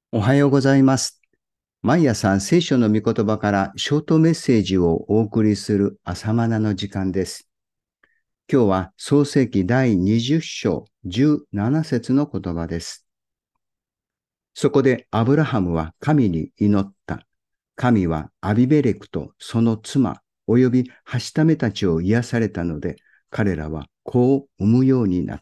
おはようございます。毎朝聖書の御言葉からショートメッセージをお送りする朝マナの時間です。今日は創世記第20章17節の言葉です。そこでアブラハムは神に祈った。神はアビメレクとその妻及びはしためたちを癒されたので、彼らは子を産むようになった。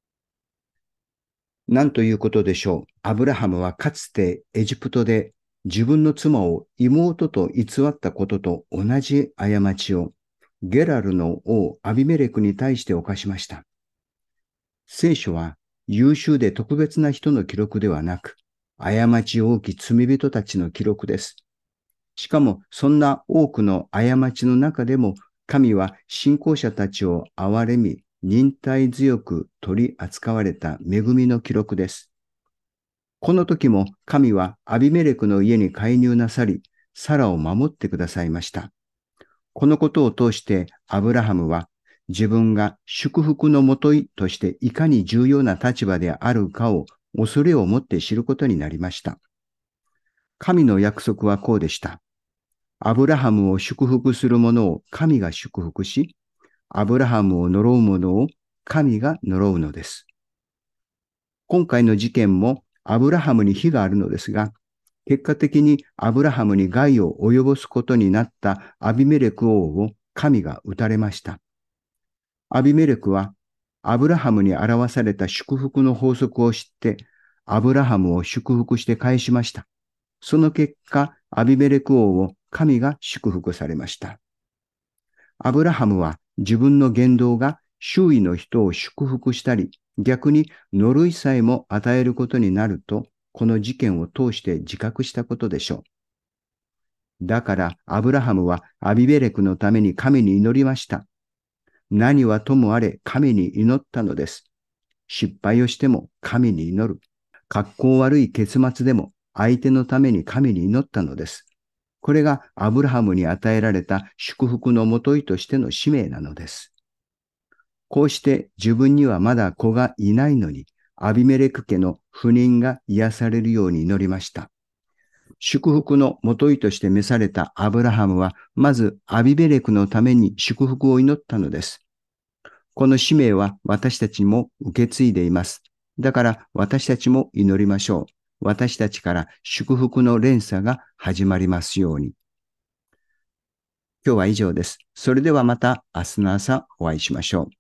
なんということでしょう。アブラハムはかつてエジプトで自分の妻を妹と偽ったことと同じ過ちをゲラルの王アビメレクに対して犯しました。聖書は優秀で特別な人の記録ではなく、過ち多き罪人たちの記録です。しかもそんな多くの過ちの中でも神は信仰者たちを憐れみ、忍耐強く取り扱われた恵みの記録です。この時も神はアビメレクの家に介入なさり、サラを守ってくださいました。このことを通してアブラハムは自分が祝福のもといとしていかに重要な立場であるかを恐れを持って知ることになりました。神の約束はこうでした。アブラハムを祝福する者を神が祝福し、アブラハムを呪う者を神が呪うのです。今回の事件もアブラハムに非があるのですが、結果的にアブラハムに害を及ぼすことになったアビメレク王を神が討たれました。アビメレクはアブラハムに表された祝福の法則を知って、アブラハムを祝福して返しました。その結果、アビメレク王を神が祝福されました。アブラハムは自分の言動が周囲の人を祝福したり、逆に呪いさえも与えることになると、この事件を通して自覚したことでしょう。だからアブラハムはアビメレクのために神に祈りました。何はともあれ神に祈ったのです。失敗をしても神に祈る。格好悪い結末でも相手のために神に祈ったのです。これがアブラハムに与えられた祝福のもといとしての使命なのです。こうして自分にはまだ子がいないのに、アビメレク家の不妊が癒されるように祈りました。祝福のもといとして召されたアブラハムは、まずアビメレクのために祝福を祈ったのです。この使命は私たちも受け継いでいます。だから私たちも祈りましょう。私たちから祝福の連鎖が始まりますように。今日は以上です。それではまた明日の朝お会いしましょう。